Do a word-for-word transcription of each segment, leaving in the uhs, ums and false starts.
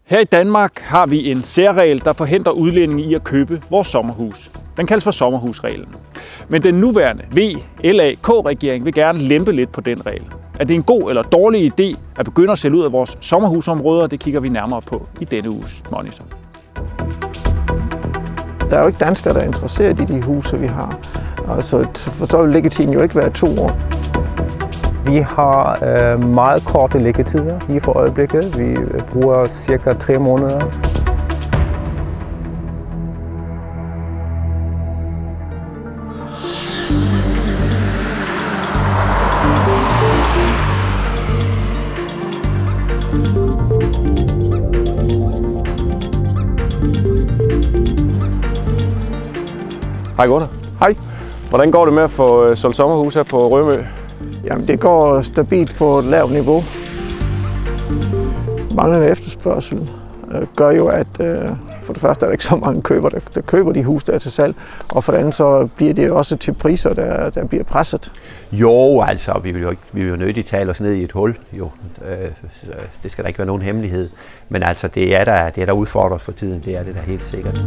Her i Danmark har vi en særregel, der forhindrer udlændinge i at købe vores sommerhus. Den kaldes for sommerhusreglen. Men den nuværende V L A K-regering vil gerne lempe lidt på den regel. Er det en god eller dårlig idé at begynde at sælge ud af vores sommerhusområder? Det kigger vi nærmere på i denne uges Monitor. Der er jo ikke danskere, der er interesseret i de huse, vi har. Altså, for så vil liggetiden jo ikke være to år. Vi har øh, meget korte liggetider lige for øjeblikket. Vi bruger cirka tre måneder. Hej Gunnar. Hej. Hvordan går det med at få solgt sommerhus her på Rømø? Jamen, det går stabilt på et lavt niveau. Manglende efterspørgsel øh, gør jo, at øh, for det første er der ikke så mange køber, der, der køber de huse, der er til salg. Og for det andet så bliver det også til priser, der, der bliver presset. Jo, altså, vi vil jo, ikke, vi vil jo nødigt tale os ned i et hul. Jo. Øh, det skal der ikke være nogen hemmelighed. Men altså, det er der, det er der udfordret for tiden. Det er det der helt sikkert.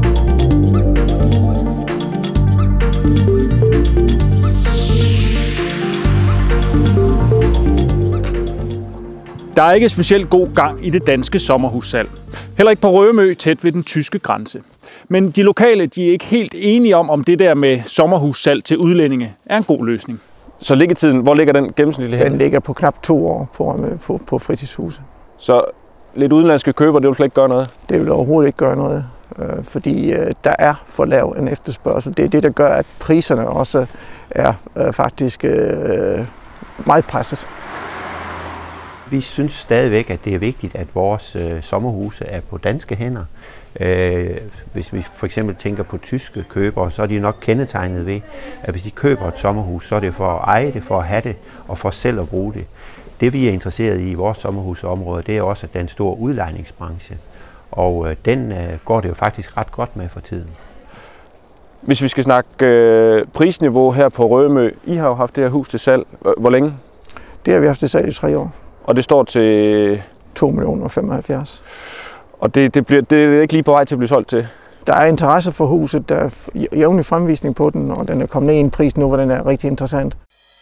Der er ikke specielt god gang i det danske sommerhussalg. Heller ikke på Rømø, tæt ved den tyske grænse. Men de lokale de er ikke helt enige om, om det der med sommerhussalg til udlændinge er en god løsning. Så liggetiden, hvor ligger den gennemsnitligt? Den ligger på knap to år på Rømø på, på fritidshuse. Så lidt udenlandske køber, det vil slet ikke gøre noget? Det vil overhovedet ikke gøre noget, øh, fordi øh, der er for lav en efterspørgsel. Det er det, der gør, at priserne også er øh, faktisk øh, meget presset. Vi synes stadigvæk, at det er vigtigt, at vores øh, sommerhuse er på danske hænder. Øh, hvis vi for eksempel tænker på tyske købere, så er de nok kendetegnet ved, at hvis de køber et sommerhus, så er det for at eje det, for at have det og for selv at bruge det. Det vi er interesseret i i vores sommerhusområde, det er også, at der er en stor udlejningsbranche. Og øh, den øh, går det jo faktisk ret godt med for tiden. Hvis vi skal snakke øh, prisniveau her på Rømø, I har jo haft det her hus til salg. Hvor længe? Det har vi haft til salg i tre år. Og det står til to millioner femoghalvfjerds. Og det, det, bliver, det er ikke lige på vej til at blive solgt til? Der er interesse for huset, der er jævnlig fremvisning på den, og den er kommet ned i en pris nu, hvor den er rigtig interessant.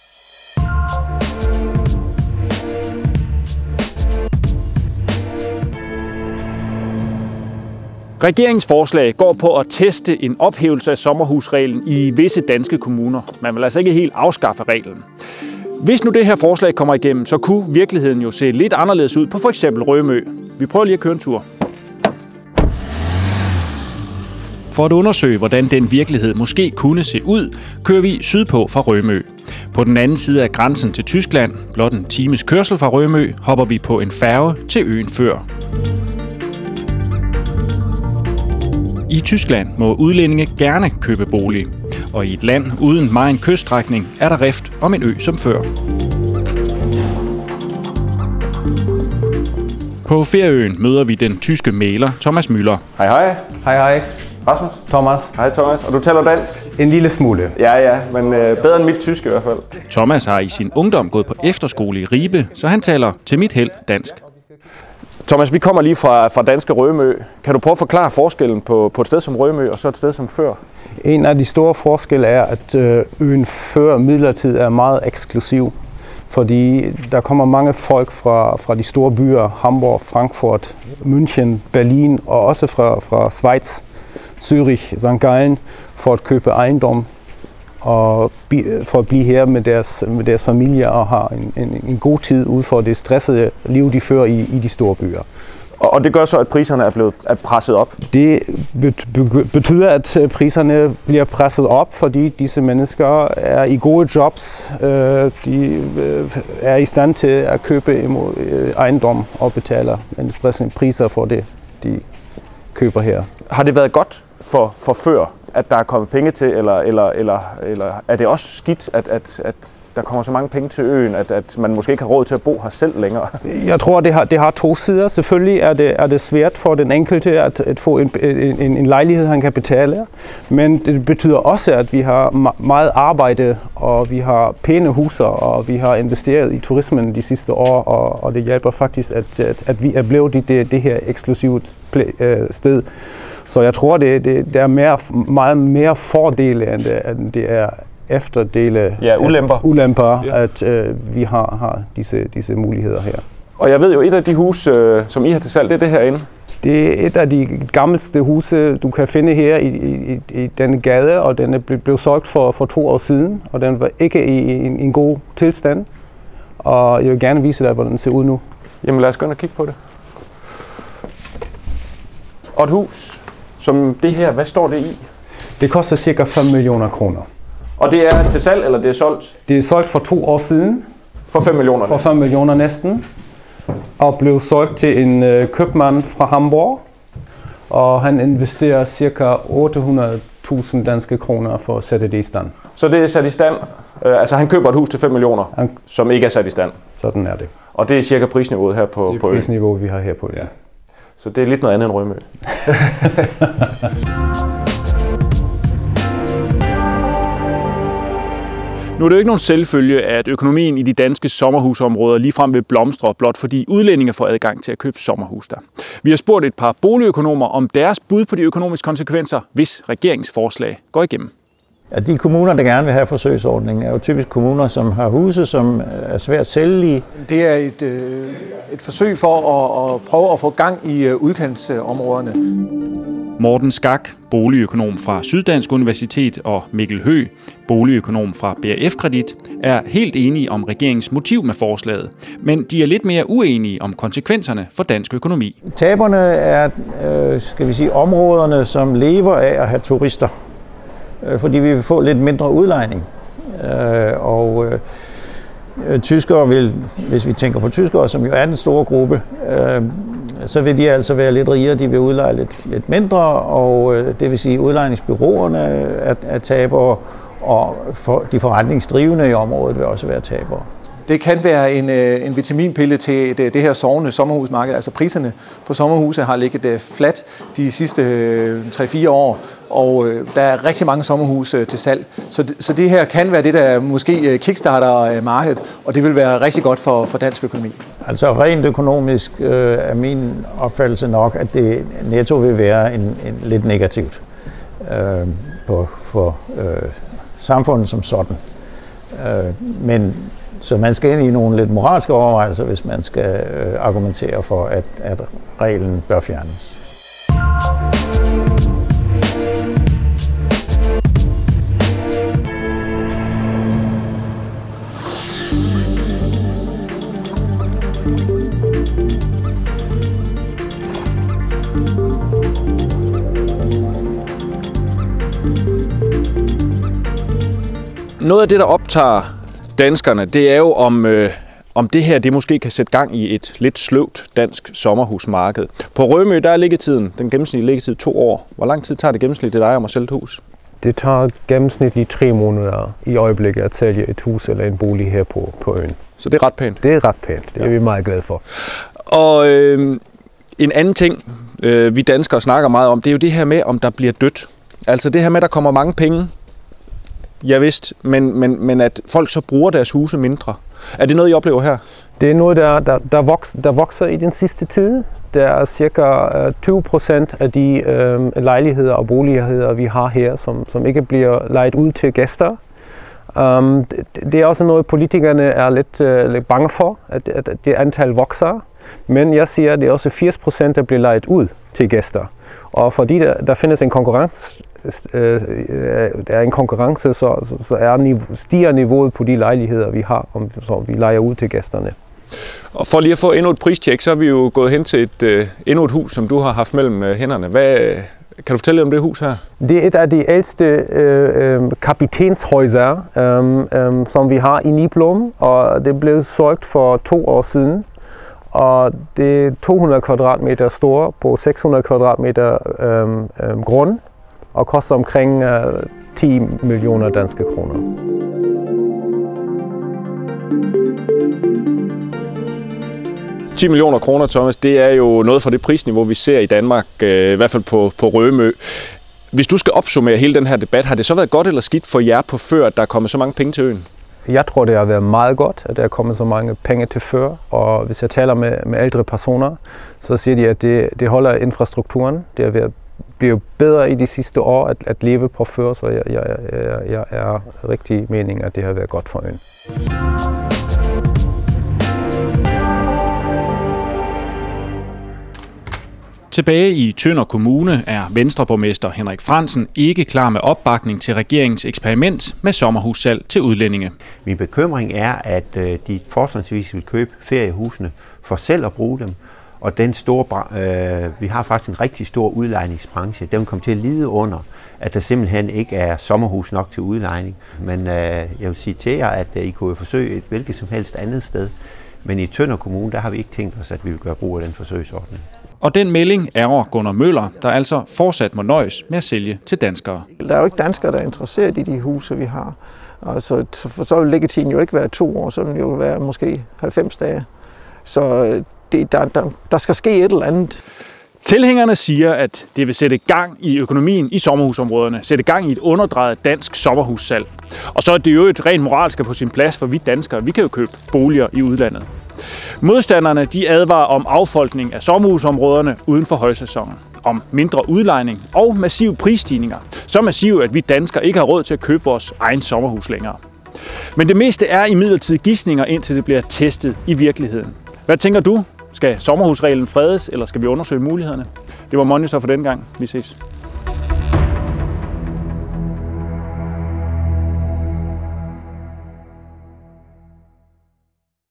Regeringens forslag går på at teste en ophævelse af sommerhusreglen i visse danske kommuner. Man vil altså ikke helt afskaffe reglen. Hvis nu det her forslag kommer igennem, så kunne virkeligheden jo se lidt anderledes ud på for eksempel Rømø. Vi prøver lige at køre en tur. For at undersøge, hvordan den virkelighed måske kunne se ud, kører vi sydpå fra Rømø. På den anden side af grænsen til Tyskland, blot en times kørsel fra Rømø, hopper vi på en færge til øen Før. I Tyskland må udlændinge gerne købe bolig. Og i et land uden megen kyststrækning er der rift om en ø som Før. På Færøen møder vi den tyske mægler Thomas Müller. Hej hej. Hej hej. Rasmus. Thomas. Hej Thomas. Og du taler dansk? En lille smule. Ja ja, men øh, bedre end mit tysk i hvert fald. Thomas har i sin ungdom gået på efterskole i Ribe, så han taler til mit held dansk. Thomas, vi kommer lige fra, fra danske Rømø. Kan du prøve at forklare forskellen på, på et sted som Rømø og så et sted som Før? En af de store forskelle er, at øen Før midlertid er meget eksklusiv, fordi der kommer mange folk fra, fra de store byer, Hamburg, Frankfurt, München, Berlin og også fra, fra Schweiz, Zürich, Sankt Gallen for at købe ejendom og for at blive her med deres, med deres familie og have en, en, en god tid ud for det stressede liv, de fører i, i de store byer. Og det gør så, at priserne er blevet er presset op? Det betyder, at priserne bliver presset op, fordi disse mennesker er i gode jobs. De er i stand til at købe ejendom og betaler en priser for det, de køber her. Har det været godt for, for Før, at der er kommet penge til, eller, eller, eller, eller er det også skidt, at, at, at der kommer så mange penge til øen, at, at man måske ikke har råd til at bo her selv længere? Jeg tror, det har, det har to sider. Selvfølgelig er det, er det svært for den enkelte at, at få en, en, en lejlighed, han kan betale. Men det betyder også, at vi har meget arbejde, og vi har pæne huse, og vi har investeret i turismen de sidste år, og, og det hjælper faktisk, at, at, at vi er blevet i det, det her eksklusive sted. Så jeg tror, det, det, det er mere, meget mere fordele, end det, end det er efterdele, ja, ulemper, at, ulemper ja. at øh, vi har, har disse, disse muligheder her. Og jeg ved jo, et af de huse, øh, som I har til salg, det er det herinde. Det er et af de gammelste huse, du kan finde her i, i, i denne gade, og den blev, blev solgt for, for to år siden, og den var ikke i en, en god tilstand. Og jeg vil gerne vise dig, hvordan den ser ud nu. Jamen lad os gå ind og kigge på det. Og et hus som det her, hvad står det i? Det koster cirka fem millioner kroner. Og det er til salg, eller det er solgt? Det er solgt for to år siden. For fem millioner? For fem millioner næsten. Og blev solgt til en øh, købmand fra Hamburg. Og han investerer cirka otte hundrede tusind danske kroner for at sætte det i stand. Så det er sat i stand? Øh, altså han køber et hus til fem millioner, han, som ikke er sat i stand? Sådan er det. Og det er cirka prisniveauet her på øen? Det er prisniveauet, vi har her på øen. Ja. Så det er lidt noget andet end Rømø. Nu er det jo ikke nogen selvfølge, at økonomien i de danske sommerhusområder ligefrem vil blomstre, blot fordi udlændinge får adgang til at købe sommerhus der. Vi har spurgt et par boligøkonomer om deres bud på de økonomiske konsekvenser, hvis regeringsforslag går igennem. Ja, de kommuner, der gerne vil have forsøgsordningen, er jo typisk kommuner, som har huse, som er svært sælgelige. Det er et, øh, et forsøg for at, at prøve at få gang i udkantsområderne. Morten Skak, boligøkonom fra Syddansk Universitet, og Mikkel Høgh, boligøkonom fra B R F Kredit, er helt enige om regeringens motiv med forslaget, men de er lidt mere uenige om konsekvenserne for dansk økonomi. Taberne er, øh, skal vi sige, områderne, som lever af at have turister, øh, fordi vi vil få lidt mindre udlejning. Øh, og øh, tyskere vil, hvis vi tænker på tyskere, som jo er den store gruppe, øh, så vil de altså være lidt rigere, de vil udleje lidt, lidt mindre, og øh, det vil sige, at udlejningsbureauerne er, er tabere, og for, de forretningsdrivende i området vil også være tabere. Det kan være en, en vitaminpille til det, det her sovende sommerhusmarked. Altså priserne på sommerhuse har ligget fladt de sidste tre fire år, og der er rigtig mange sommerhuse til salg. Så det, så det her kan være det, der måske kickstarter markedet, og det vil være rigtig godt for, for dansk økonomi. Altså rent økonomisk øh, er min opfattelse nok, at det netto vil være en, en lidt negativt øh, på, for øh, samfundet som sådan. Øh, men Så man skal ind i nogle lidt moralske overvejelser, hvis man skal øh, argumentere for, at, at reglen bør fjernes. Noget af det, der optager danskerne, det er jo om, øh, om det her det måske kan sætte gang i et lidt sløvt dansk sommerhusmarked. På Rømø, der er liggetiden, den gennemsnitlige liggetid to år. Hvor lang tid tager det gennemsnitligt dig om at sælge et hus? Det tager gennemsnitligt tre måneder i øjeblikket at sælge et hus eller en bolig her på, på øen. Så det er ret pænt? Det er ret pænt, det er ja. vi meget glade for. Og øh, en anden ting, øh, vi danskere snakker meget om, det er jo det her med, om der bliver dødt. Altså det her med, at der kommer mange penge. Ja vist, men, men, men at folk så bruger deres huse mindre. Er det noget, I oplever her? Det er noget, der, der, der, vokser, der vokser i den sidste tid. Der er cirka tyve procent af de øh, lejligheder og boliger, vi har her, som, som ikke bliver lejet ud til gæster. Um, det, det er også noget, politikerne er lidt, uh, lidt bange for, at, at det antal vokser. Men jeg siger, at det er også firs procent, der bliver lejet ud til gæster. Og fordi der, der findes en konkurrence, øh, der er en konkurrence, så, så er niveau, stiger niveauet på de lejligheder, vi har, om, så vi lejer ud til gæsterne. Og for lige at få endnu et pristjek, så er vi jo gået hen til et, øh, endnu et hus, som du har haft mellem øh, hænderne. Hvad, kan du fortælle om det hus her? Det er et af de ældste øh, øh, kapitænshøjser, øh, øh, som vi har i Niblum, og det blev solgt for to år siden. Og det er to hundrede kvadratmeter store på seks hundrede kvadratmeter øh, øh, grund, og koster omkring øh, ti millioner danske kroner. ti millioner kroner, Thomas, det er jo noget fra det prisniveau, vi ser i Danmark, øh, i hvert fald på, på Rømø. Hvis du skal opsummere hele den her debat, har det så været godt eller skidt for jer på Før, at der er kommet så mange penge til øen? Jeg tror, det har været meget godt, at der er kommet så mange penge til Før. Og hvis jeg taler med, med ældre personer, så siger de, at det, det holder infrastrukturen. Det er ved at blive bedre i de sidste år at, at leve på Før, så jeg, jeg, jeg, jeg er rigtig mening, at det har været godt for øen. Tilbage i Tønder Kommune er Venstreborgmester Henrik Frandsen ikke klar med opbakning til regeringens eksperiment med sommerhussalg til udlændinge. Min bekymring er, at de fortrinsvis vil købe feriehusene for selv at bruge dem, og den store, øh, vi har faktisk en rigtig stor udlejningsbranche. Den kommer til at lide under, at der simpelthen ikke er sommerhus nok til udlejning. Men øh, jeg vil sige til jer, at I kunne forsøge et hvilket som helst andet sted. Men i Tønder Kommune, der har vi ikke tænkt os, at vi vil gøre brug af den forsøgsordning. Og den melding ærger Gunnar Møller, der altså fortsat må nøjes med at sælge til danskere. Der er jo ikke danskere, der er interesseret i de huse, vi har. Altså, for så vil liggetiden jo ikke være to år, så vil det jo være måske halvfems dage. Så det, der, der, der skal ske et eller andet. Tilhængerne siger, at det vil sætte gang i økonomien i sommerhusområderne, sætte gang i et underdrejet dansk sommerhussalg. Og så er det jo et rent moralsk på sin plads, for vi danskere, vi kan jo købe boliger i udlandet. Modstanderne de advarer om affolkning af sommerhusområderne uden for højsæsonen, om mindre udlejning og massive prisstigninger. Så massive, at vi danskere ikke har råd til at købe vores egen sommerhus længere. Men det meste er imidlertid gidsninger, indtil det bliver testet i virkeligheden. Hvad tænker du? Skal sommerhusreglen fredes, eller skal vi undersøge mulighederne? Det var Monitor for denne gang. Vi ses.